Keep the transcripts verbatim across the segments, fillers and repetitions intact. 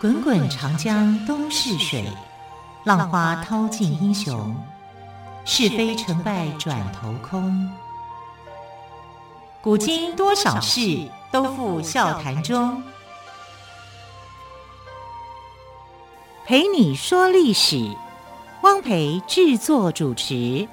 滚滚长江东逝水，浪花淘尽英雄。是非成败转头空。古今多少事，都付笑谈中。陪你说历史，汪培制作主持。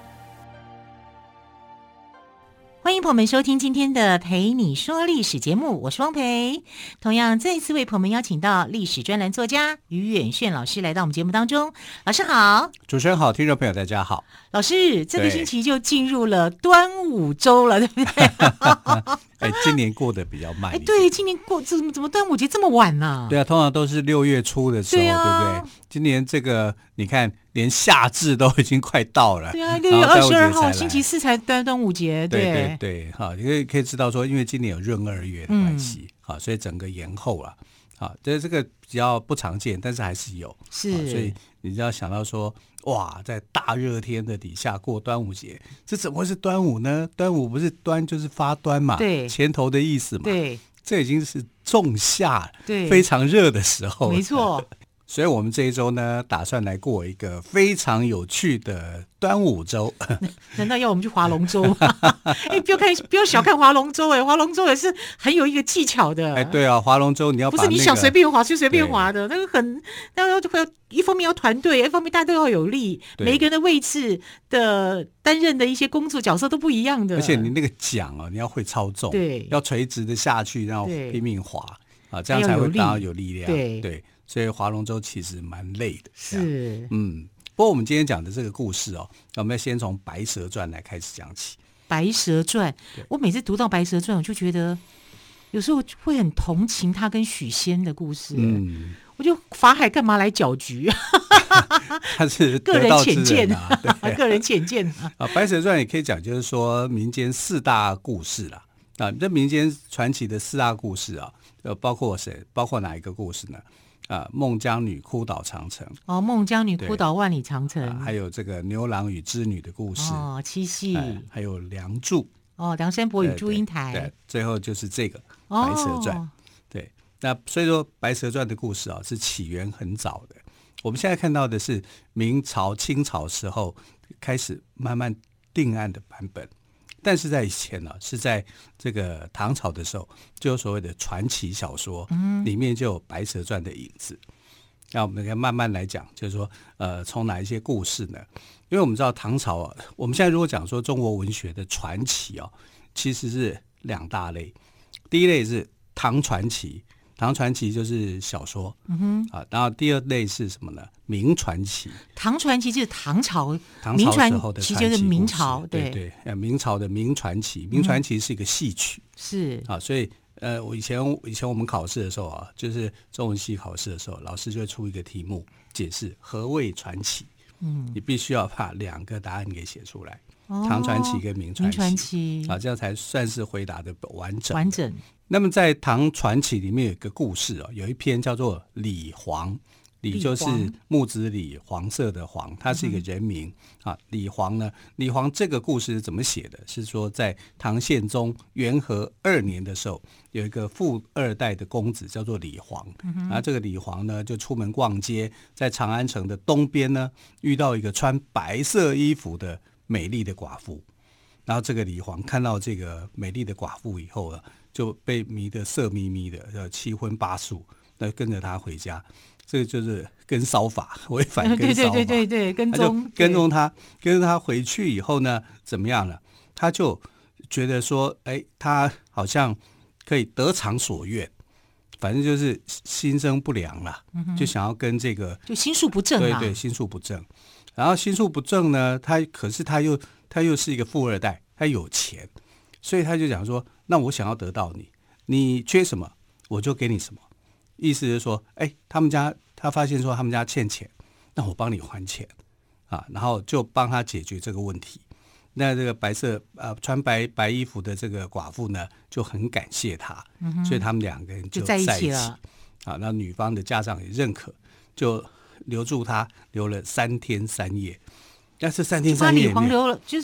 欢迎朋友们收听今天的陪你说历史节目，我是汪培。同样再一次为朋友们邀请到历史专栏作家于远炫老师来到我们节目当中。老师好。 主持人好，听众朋友大家好。 老师，这个星期就进入了端午周了，对不对？ 哎，今年过得比较慢。 哎，对，今年过怎么怎么端午节这么晚呢、啊？ 对啊，通常都是六月初的时候， 对,、啊、对不对？今年这个你看，连夏至都已经快到了。 对啊，六月二十二号星期四才端端午节。对对对对，好，你可以可以知道说，因为今年有闰二月的关系，好、嗯，所以整个延后了。好，这这个比较不常见，但是还是有。 是， 所以你就要想到说，哇，在大热天的底下过端午节，这怎么会是端午呢？端午不是端就是发端嘛， 对， 前头的意思嘛。 对， 这已经是仲夏， 对， 非常热的时候了。 没错。 所以我们这一周呢，打算来过一个非常有趣的端午周。 难道要我们去划龙舟吗？哎，不要看，不要小看划龙舟，哎，划龙舟也是很有一个技巧的。 哎，对啊，划龙舟你要把、那个、 不是你想随便划就随便划的，那个很，那要一方面要团队，一方面大家都要有力，每一个人的位置的担任的一些工作角色都不一样的。 而且你那个桨啊，你要会操纵， 对， 要垂直的下去，然后拼命划啊，这样才会达到有力量。 对对。所以划龙舟其实蛮累的， 是， 嗯。不过我们今天讲的这个故事哦，我们要先从《白蛇传》来开始讲起。《 白蛇传》，我每次读到《白蛇传》，我就觉得有时候会很同情他跟许仙的故事。嗯，我就法海干嘛来搅局？ 他是个人浅见啊， 个人浅见啊。《白蛇传》也可以讲，就是说民间四大故事啦。啊，这民间传奇的四大故事啊，呃，包括谁？包括哪一个故事呢？啊，孟姜女哭倒长城。 哦，孟姜女哭倒万里长城、 啊。还有这个牛郎与织女的故事。 哦，七夕。 哎、还有梁祝。 哦，梁山伯与祝英台。 对，对对，最后就是这个《白蛇传》哦。对，那所以说《白蛇传》的故事啊，是起源很早的。我们现在看到的是明朝、清朝时候开始慢慢定案的版本。但是在以前呢、啊，是在这个唐朝的时候，就有所谓的传奇小说，嗯，里面就有《白蛇传》的影子。那我们可以慢慢来讲，就是说，呃，从哪一些故事呢？因为我们知道唐朝啊，我们现在如果讲说中国文学的传奇啊，其实是两大类。第一类是唐传奇，唐传奇就是小说，嗯哼，啊，然后第二类是什么呢？明传奇。 唐传奇就是唐朝， 唐朝时候的传奇故事， 就是明朝，对对对，明朝的明传奇，明传奇是一个戏曲， 嗯、是啊，所以呃，我以前以前我们考试的时候啊，就是中文系考试的时候，老师就会出一个题目解释何谓传奇，嗯，你必须要把两个答案给写出来，哦、唐传奇跟明传奇， 传奇啊，这样才算是回答的完整完整。 那么在唐传奇里面有一个故事啊，有一篇叫做李黄。李就是木子李，黄色的黄，他是一个人名、嗯、啊。李黄呢，李黄这个故事是怎么写的？是说在唐宪宗元和二年的时候，有一个富二代的公子叫做李黄，嗯、然后这个李黄呢就出门逛街，在长安城的东边呢遇到一个穿白色衣服的美丽的寡妇，然后这个李黄看到这个美丽的寡妇以后呢，就被迷得色眯眯的，七荤八素，那跟着她回家。这个就是跟骚法，违反跟骚法， 对对对对对，跟踪跟踪他，跟踪他回去以后呢，怎么样了？他就觉得说，哎，他好像可以得偿所愿，反正就是心生不良了，嗯、就想要跟这个就心术不正啊，对对，心术不正。然后心术不正呢，他可是他又他又是一个富二代，他有钱，所以他就讲说，那我想要得到你，你缺什么我就给你什么。意思是说，哎，他们家他发现说他们家欠钱，那我帮你还钱啊，然后就帮他解决这个问题。那这个白色呃穿白白衣服的这个寡妇呢，就很感谢他，嗯、所以他们两个人就在一起， 就在一起了。 啊，那女方的家长也认可，就留住他，留了三天三夜。但是三天三夜， 李黄留了，就是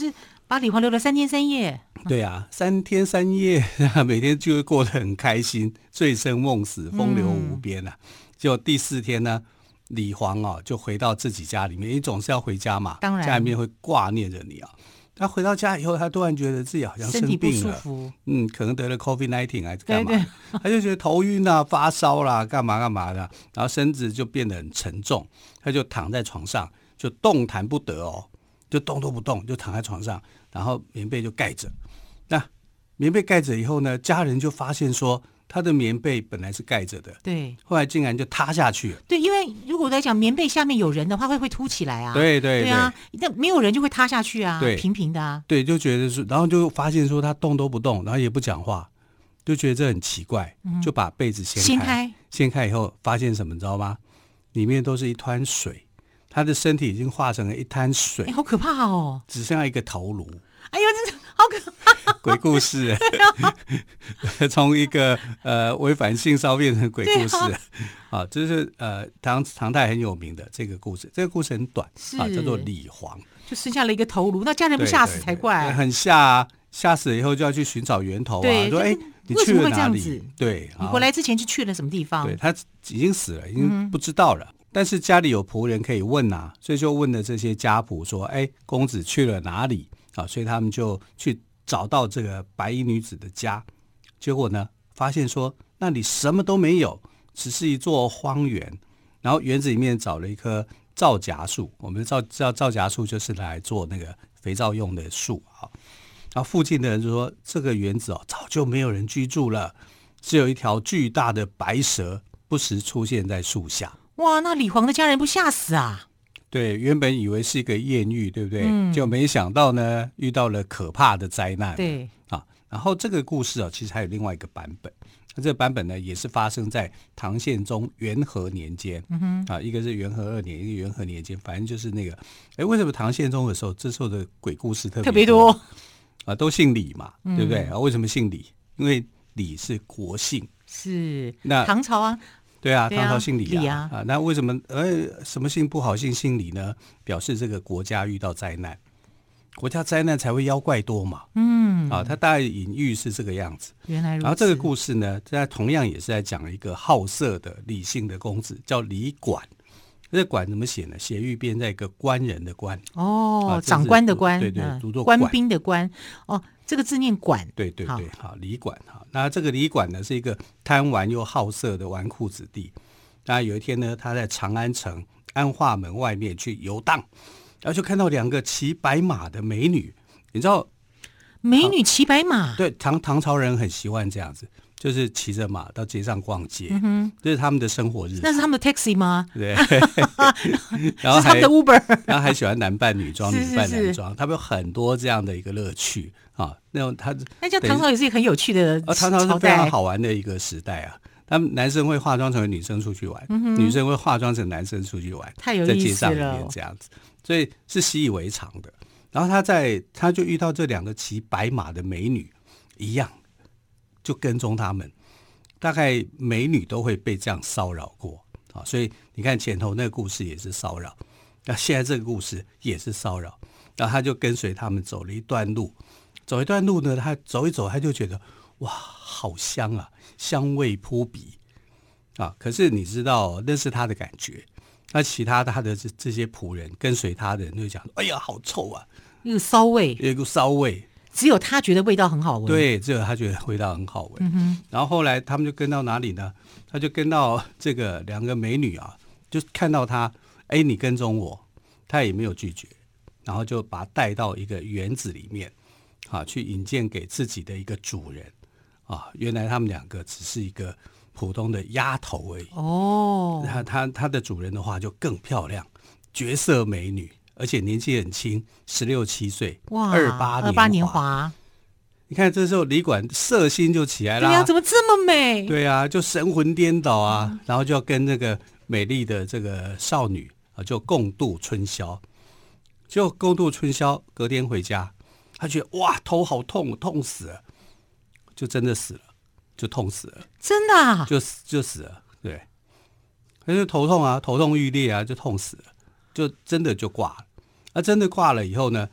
把李黄留了三天三夜。 对啊，三天三夜，每天就会过得很开心，醉生梦死，风流无边啊。结果、嗯、第四天呢，李黄啊就回到自己家里面，你总是要回家嘛， 当然家里面会挂念着你啊。他回到家以后，他突然觉得自己好像生病了， 身体不舒服， 嗯，可能得了 COVID 十九 还是干嘛，对对他就觉得头晕啊、发烧啦、啊，干嘛干嘛的，然后身子就变得很沉重，他就躺在床上，就动弹不得哦，就动都不动，就躺在床上，然后棉被就盖着。那棉被盖着以后呢，家人就发现说，他的棉被本来是盖着的， 对， 后来竟然就塌下去了。 对，因为如果在讲棉被下面有人的话，会会凸起来啊。 对对 对, 对啊，那没有人就会塌下去啊， 对， 平平的啊。 对，就觉得是，然后就发现说他动都不动，然后也不讲话，就觉得这很奇怪，嗯、就把被子掀开，掀开，掀开以后发现什么，你知道吗？里面都是一滩水，他的身体已经化成了一滩水， 欸、好可怕哦！ 只剩下一个头颅。 哎呦，这好可怕！ 鬼故事，从一个呃违反性骚变成鬼故事啊，这是呃唐唐代很有名的这个故事。这个故事很短啊，叫做李黄， 就剩下了一个头颅，那家人不吓死才怪。 对对对，很吓啊，吓死了以后就要去寻找源头啊，说哎，你去了哪里？对， 你回来之前是去了什么地方？ 对，他已经死了，已经不知道了。嗯，但是家里有仆人可以问啊，所以就问了这些家仆说：“哎，公子去了哪里？”啊，所以他们就去找到这个白衣女子的家，结果呢，发现说那里什么都没有，只是一座荒原。然后园子里面找了一棵皂荚树，我们知道皂荚树就是来做那个肥皂用的树啊。然后附近的人就说，这个园子哦，早就没有人居住了，只有一条巨大的白蛇不时出现在树下。 哇，那李黄的家人不吓死啊？ 对，原本以为是一个艳遇，对不对？嗯，就没想到呢，遇到了可怕的灾难。 对啊，然后这个故事啊，其实还有另外一个版本。那这个版本呢，也是发生在唐宪宗元和年间。嗯哼，啊，一个是元和二年，一个元和年间，反正就是那个，哎，为什么唐宪宗的时候，这时候的鬼故事特别特别多啊？都姓李嘛，嗯、对不对？啊，为什么姓李？因为李是国姓， 是那唐朝啊。 对啊，唐朝姓李啊， 李啊， 啊，那为什么呃什么姓不好姓姓李呢？表示这个国家遇到灾难，国家灾难才会妖怪多嘛。嗯，啊，他大概隐喻是这个样子。 原来如此。 然后这个故事呢，在同样也是在讲一个好色的理性的公子，叫李管。这个管怎么写呢？写玉边在一个官人的官。 哦，啊、长官的官， 对对，读作官兵的官。哦。这个字念管， 对对对，好，李管哈。那这个李管呢，是一个贪玩又好色的纨绔子弟。那有一天呢，他在长安城安化门外面去游荡，然后就看到两个骑白马的美女。你知道， 美女骑白马， 对，唐唐朝人很喜欢这样子，就是骑着马到街上逛街，嗯哼，这是他们的生活日。 那是他们的 taxi 吗？ 对，然后是他们的 Uber， 然后还喜欢男扮女装，女扮男装，他们有很多这样的一个乐趣。啊，那种他那叫唐朝也是一个很有趣的朝代， 啊，唐朝是非常好玩的一个时代啊。他们男生会化妆成为女生出去玩，嗯、女生会化妆成男生出去玩， 太有意思了， 在街上里面这样子，所以是习以为常的。然后他在他就遇到这两个骑白马的美女，一样就跟踪他们。大概美女都会被这样骚扰过啊，所以你看前头那个故事也是骚扰，那现在这个故事也是骚扰。然后他就跟随他们走了一段路。走一段路呢，他走一走，他就觉得哇，好香啊，香味扑鼻啊！可是你知道，那是他的感觉。那其他他的这这些仆人跟随他的人就讲：“哎呀，好臭啊， 一个骚味， 有一股骚味。” 只有他觉得味道很好闻。 对，只有他觉得味道很好闻。嗯哼。然后后来他们就跟到哪里呢？他就跟到这个两个美女啊，就看到他，哎，你跟踪我，他也没有拒绝，然后就把他带到一个园子里面。啊，去引荐给自己的一个主人啊，原来他们两个只是一个普通的丫头而已。哦，他他他的主人的话就更漂亮，绝色美女，而且年纪很轻，十六七岁，哇，二八二八年华。 你看这时候李管色心就起来了， 对呀、啊，怎么这么美？ 对啊，就神魂颠倒啊，嗯、然后就要跟那个美丽的这个少女啊，就共度春宵。就共度春宵，隔天回家。他觉得哇，头好痛，痛死了，就真的死了，就痛死了， 真的、啊， 就就死了，对，他就头痛啊，头痛欲裂啊，就痛死了，就真的就挂了。那、啊、真的挂了以后呢，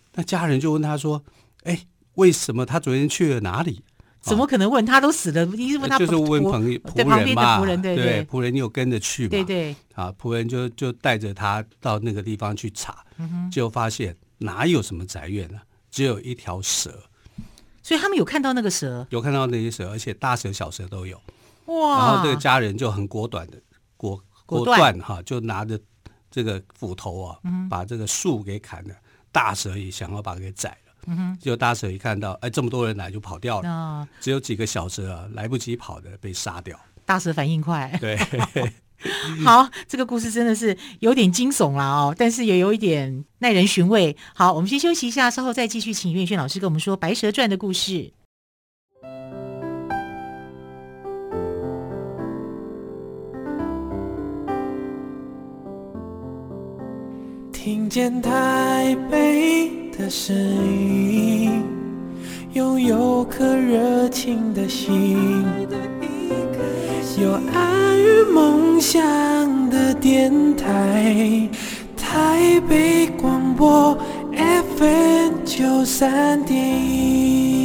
那家人就问他说：“哎，为什么他昨天去了哪里？” 怎么可能问？他都死了，你问他就是问朋友仆人嘛， 仆人对对，仆人你有跟着去嘛？ 对对， 啊，仆人就就带着他到那个地方去查， 嗯、 就发现哪有什么宅院呢、啊？只有一条蛇。 所以他们有看到那个蛇， 有看到那些蛇，而且大蛇小蛇都有。 哇！ 然后这个家人就很果断的果果断哈，就拿着这个斧头啊，嗯、把这个树给砍了，大蛇也想要把它给宰了。嗯哼，结果大蛇一看到，哎，这么多人来就跑掉了，哦、只有几个小蛇啊，来不及跑的被杀掉。 大蛇反应快， 对。 好，这个故事真的是有点惊悚啦哦，但是也有一点耐人寻味。好，我们先休息一下，稍后再继续请岳轩老师跟我们说《白蛇传》的故事。 听见台北的声音，拥有颗热情的心，有爱与梦想的电台，台北广播 F M 九三点一。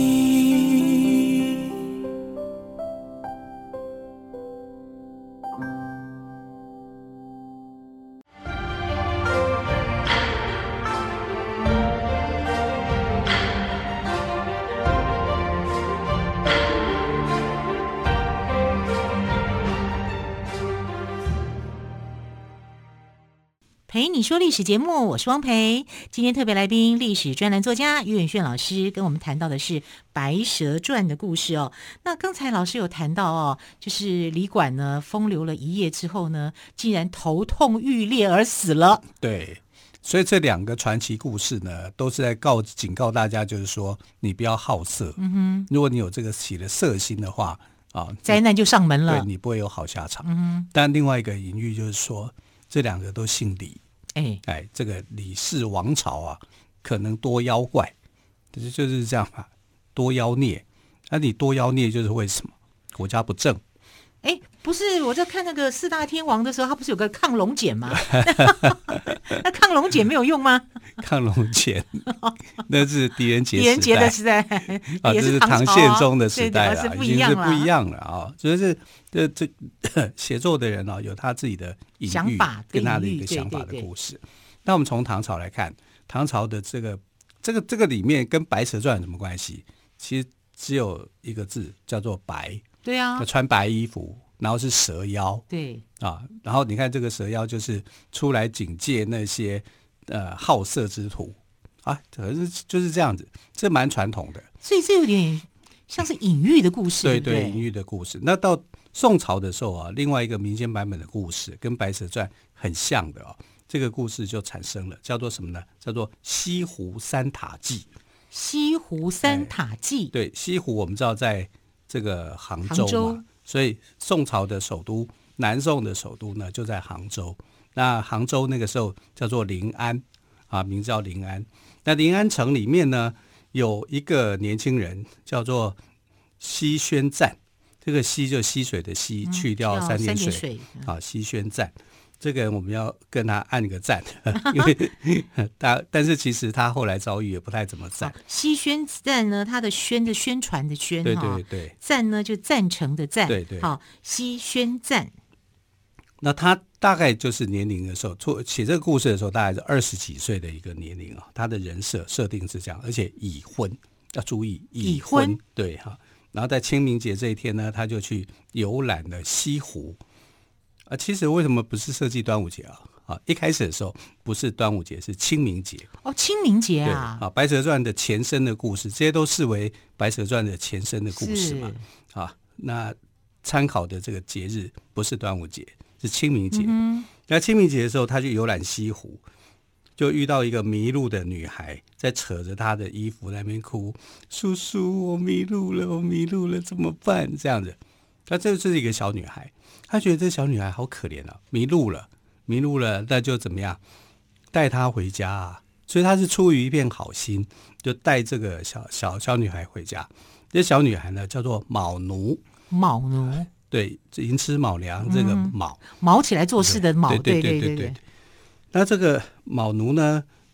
陪你说历史节目，我是汪培。今天特别来宾，历史专栏作家于远炫老师跟我们谈到的是《白蛇传》的故事哦。那刚才老师有谈到哦，就是李管呢风流了一夜之后呢，竟然头痛欲裂而死了。 对，所以这两个传奇故事呢，都是在告警告大家，就是说你不要好色。嗯哼，如果你有这个起了色心的话啊， 灾难就上门了。 对，你不会有好下场。嗯哼，但另外一个隐喻就是说，这两个都姓李。哎哎，这个李氏王朝啊，可能多妖怪，就是就是这样嘛，多妖孽。那、啊、你多妖孽就是为什么？国家不正。 哎，不是，我在看那个四大天王的时候，他不是有个亢龙锏吗？那亢龙锏没有用吗？ 亢龙锏，那是狄仁杰狄仁杰的时代啊，这是唐宪宗的时代了， 已经是不一样了啊。所以是这这写作的人啊，有他自己的隐喻想法跟他的一个想法的故事。那我们从唐朝来看，唐朝的这个这个这个里面跟《白蛇传》有什么关系？其实只有一个字，叫做白。 对啊， 穿白衣服，然后是蛇妖。 对啊，然后你看这个蛇妖就是出来警戒那些呃好色之徒啊，可是就是这样子，这蛮传统的。 所以这有点像是隐喻的故事。 对对, 对，隐喻的故事。那到宋朝的时候啊，另外一个民间版本的故事跟《白蛇传》很像的哦，这个故事就产生了，叫做什么呢？叫做西湖三塔记。 西湖三塔记， 对，西湖我们知道在这个杭州嘛， 杭州， 所以宋朝的首都，南宋的首都呢就在杭州。那杭州那个时候叫做临安啊，名字叫临安。那临安城里面呢，有一个年轻人叫做西宣赞，这个西就溪水的溪， 嗯、 去掉三点水， 水啊，西宣赞。这个人我们要跟他按个赞，因为他但是其实他后来遭遇也不太怎么赞。 西宣赞呢，他的宣的宣传的宣， 对对对， 赞呢就赞成的赞， 对对， 好，西宣赞。 那他大概就是年龄的时候，写这个故事的时候，大概是二十几岁的一个年龄啊。他的人设设定是这样，而且已婚，要注意已婚， 已婚对哈。然后在清明节这一天呢，他就去游览了西湖。啊，其实为什么不是设计端午节啊？啊，一开始的时候不是端午节，是清明节。 哦，清明节啊！ 啊，《白蛇传》的前身的故事，这些都视为《白蛇传》的前身的故事嘛。啊，那参考的这个节日不是端午节，是清明节。嗯、那清明节的时候，他去游览西湖，就遇到一个迷路的女孩，在扯着她的衣服在那边哭：“叔叔，我迷路了，我迷路了，怎么办？”这样子。那这就是一个小女孩，她觉得这小女孩好可怜啊，迷路了，迷路了，那就怎么样，带她回家啊。所以她是出于一片好心，就带这个小小小女孩回家。这小女孩呢，叫做卯奴。 卯奴， 对，寅吃卯粮，这个卯， 卯起来做事的卯， 对对对对 对, 对, 对。那这个卯奴呢，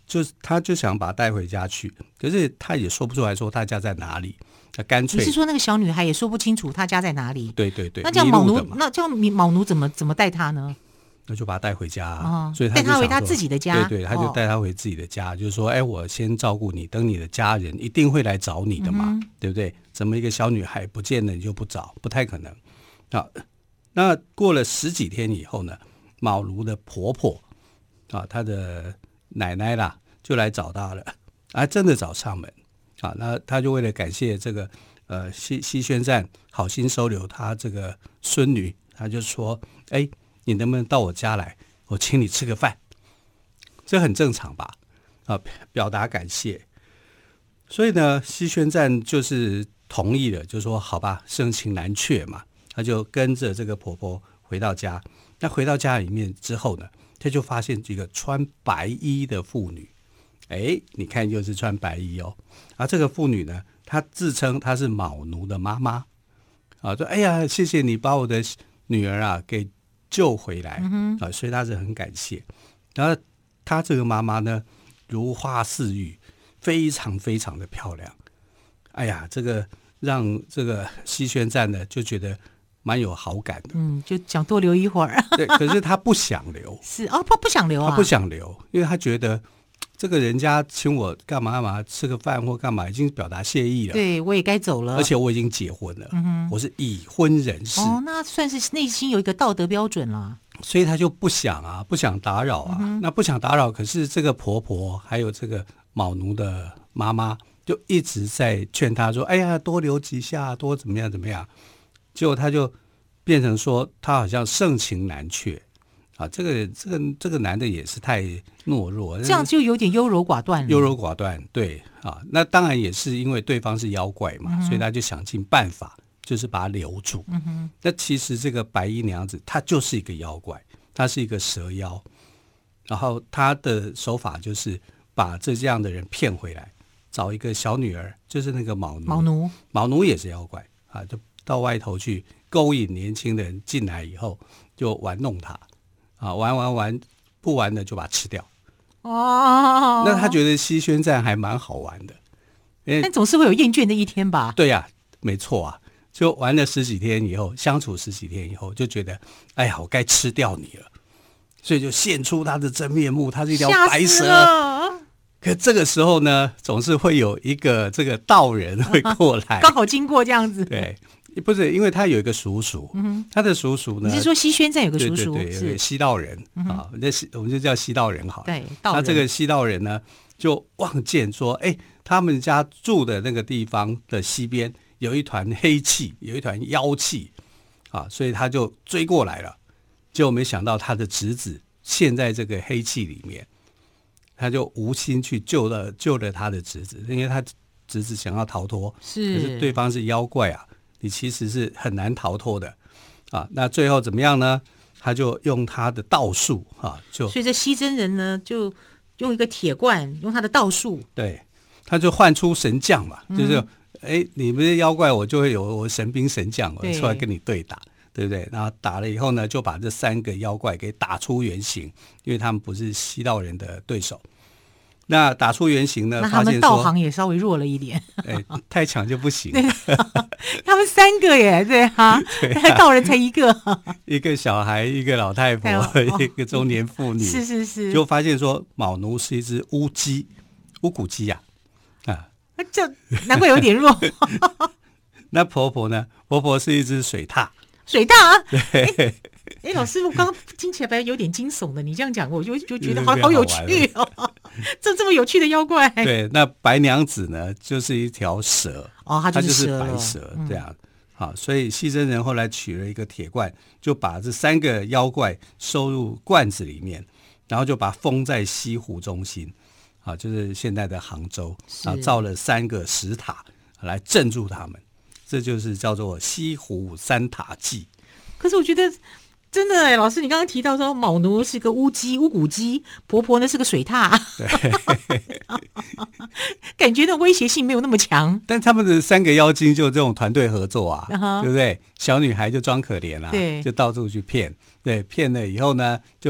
就是他就想把她带回家去，可是他也说不出来说他家在哪里，他干脆你是说那个小女孩也说不清楚她家在哪里？ 对对对， 那这样卯奴，那这样卯奴怎么怎么带她呢？ 那就把他带回家、啊哦、 所以他带他回他自己的家。 对对，他就带他回自己的家、哦、就是说哎，我先照顾你，等你的家人一定会来找你的嘛、嗯、对不对？怎么一个小女孩不见了你就不找？不太可能啊。那过了十几天以后呢，卯奴的婆婆啊，她的奶奶啦就来找她了，啊真的找上门啊。那她就为了感谢这个呃西西宣赞好心收留她这个孙女，她就说哎，你能不能到我家来，我请你吃个饭？这很正常吧？啊，表达感谢。所以呢，西宣赞就是同意了，就说好吧，盛情难却嘛。他就跟着这个婆婆回到家。那回到家里面之后呢，他就发现一个穿白衣的妇女。哎，你看又是穿白衣哦。而这个妇女呢，她自称她是卯奴的妈妈。啊，说哎呀，谢谢你把我的女儿啊给救回来、嗯、啊，所以他是很感谢。然后他这个妈妈呢，如花似玉，非常非常的漂亮。哎呀，这个让这个西宣赞呢就觉得蛮有好感的。 嗯，就想多留一会儿。 对，可是他不想留。 是哦，不不想留啊， 他不想留，因为他觉得这个人家请我干嘛干嘛吃个饭或干嘛，已经表达谢意了。 对，我也该走了， 而且我已经结婚了，嗯、我是已婚人士。 哦，那算是内心有一个道德标准了。 所以他就不想啊，不想打扰啊、嗯。那不想打扰，可是这个婆婆还有这个卯奴的妈妈就一直在劝他说：“哎呀，多留几下，多怎么样怎么样。”结果他就变成说，他好像盛情难却。啊，这个这个这个男的也是太懦弱， 这样就有点优柔寡断了。 优柔寡断，对啊，那当然也是因为对方是妖怪嘛，嗯、所以他就想尽办法，就是把他留住。嗯哼，那其实这个白衣娘子她就是一个妖怪，她是一个蛇妖，然后她的手法就是把这这样的人骗回来，找一个小女儿，就是那个卯奴， 卯奴， 卯奴也是妖怪啊，就到外头去勾引年轻人进来以后，就玩弄他。啊，玩玩玩不玩的就把它吃掉。哦，那他觉得西宣赞还蛮好玩的， 但总是会有厌倦的一天吧？ 对呀、啊，没错啊，就玩了十几天以后，相处十几天以后，就觉得哎呀，我该吃掉你了，所以就现出他的真面目，他是一条白蛇。可这个时候呢，总是会有一个这个道人会过来， 刚好经过这样子。 对。不是，因为他有一个叔叔，嗯、他的叔叔呢？ 你是说西宣赞有个叔叔？ 对对对，有个西道人、嗯、啊，那我们就叫西道人好了。 对， 他这个西道人呢，就望见说，哎，他们家住的那个地方的西边有一团黑气，有一团妖气啊，所以他就追过来了。结果没想到他的侄子陷在这个黑气里面，他就无心去救了救了他的侄子，因为他侄子想要逃脱， 是， 可是对方是妖怪啊。你其实是很难逃脱的啊！那最后怎么样呢？他就用他的道术啊，就所以这西真人呢，就用一个铁罐，用他的道术， 对，他就唤出神将嘛，嗯、就是哎，你们是妖怪，我就会有我神兵神将，我出来跟你对打，对不对？然后打了以后呢，就把这三个妖怪给打出原形，因为他们不是西道人的对手。那打出原形呢？ 那他们道行也稍微弱了一点， 哎，太强就不行。 他们三个耶，对哈，对啊、道人才一个， 一个小孩，一个老太婆，哦、一个中年妇女， 是是是， 就发现说卯奴是一只乌鸡，乌骨鸡呀、啊，啊， 这难怪有点弱。 那婆婆呢？婆婆是一只水獭， 水獭啊， 对。 哎，老师，我刚刚听起来有点惊悚的，你这样讲，我就就觉得好好有趣哦，这这么有趣的妖怪。 对，那白娘子呢，就是一条蛇哦，它就是蛇，它就是白蛇、嗯、这样。好，所以西真人后来取了一个铁罐，就把这三个妖怪收入罐子里面，然后就把它封在西湖中心，啊，就是现在的杭州，啊，造了三个石塔来镇住他们，这就是叫做西湖三塔记。 可是我觉得。真的哎，老师，你刚刚提到说卯奴是个乌鸡、乌骨鸡，婆婆呢是个水獭，对，感觉那威胁性没有那么强。 但他们的三个妖精就这种团队合作啊， uh-huh. 对不对？小女孩就装可怜啊， 对， 就到处去骗，对，骗了以后呢，就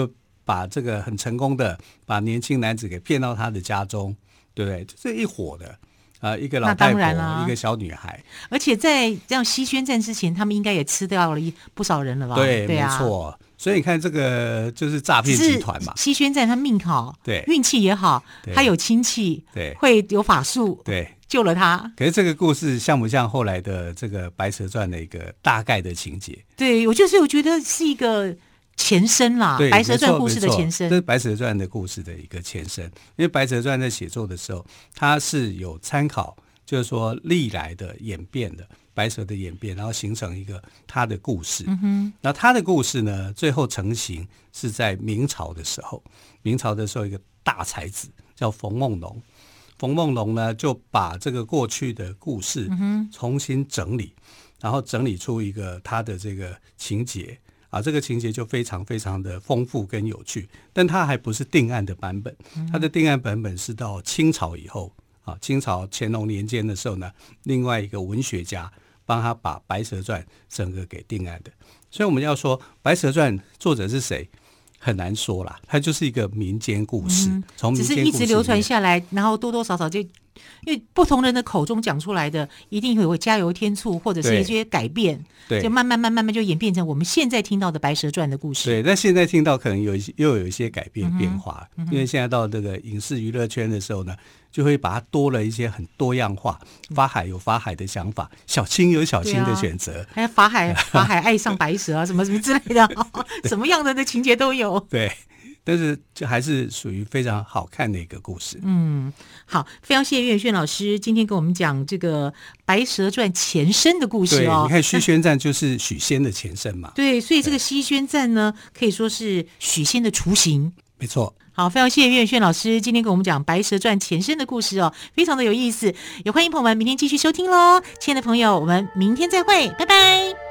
把这个很成功的把年轻男子给骗到他的家中，对不对？这一伙的啊、呃，一个老太婆，一个小女孩， 而且在这样西宣战之前，他们应该也吃掉了一不少人了吧？ 对， 对啊、 没错。所以你看，这个就是诈骗集团嘛。 西宣战他命好，对，运气也好，他有亲戚，对，会有法术，对，救了他。 可是这个故事像不像后来的这个《白蛇传》的一个大概的情节？ 对，我就是我觉得是一个前身啦，《白蛇传》故事的前身， 这是《白蛇传》的故事的一个前身。因为《白蛇传》在写作的时候，它是有参考，就是说历来的演变的。白蛇的演变，然后形成一个他的故事。嗯哼，那他的故事呢，最后成型是在明朝的时候。明朝的时候，一个大才子叫冯梦龙，冯梦龙呢就把这个过去的故事重新整理，嗯、然后整理出一个他的这个情节啊，这个情节就非常非常的丰富跟有趣。但他还不是定案的版本，他的定案版本是到清朝以后啊，清朝乾隆年间的时候呢，另外一个文学家帮他把《白蛇传》整个给定案的。所以我们要说《白蛇传》作者是谁很难说啦，它就是一个民间故事，从、嗯、民间故事只是一直流传下来，然后多多少少就因为不同人的口中讲出来的，一定会有加油添醋，或者是一些改变，对，就慢慢慢慢慢就演变成我们现在听到的《白蛇传》的故事。 对，但现在听到可能有一些又有一些改变变化、嗯嗯，因为现在到这个影视娱乐圈的时候呢，就会把它多了一些很多样化。法海有法海的想法，小青有小青的选择， 还有法海法海爱上白蛇啊，什么什么之类的，什么样的的情节都有。 对。但是这还是属于非常好看的一个故事。 嗯，好，非常谢谢岳轩老师今天跟我们讲这个《白蛇传》前身的故事哦。 对，你看虚宣战就是许仙的前身嘛。 对，所以这个西宣战呢，可以说是许仙的雏形。 没错。 好，非常谢谢岳轩老师今天跟我们讲《白蛇传》前身的故事哦，非常的有意思。也欢迎朋友们明天继续收听喽。亲爱的朋友，我们明天再会，拜拜。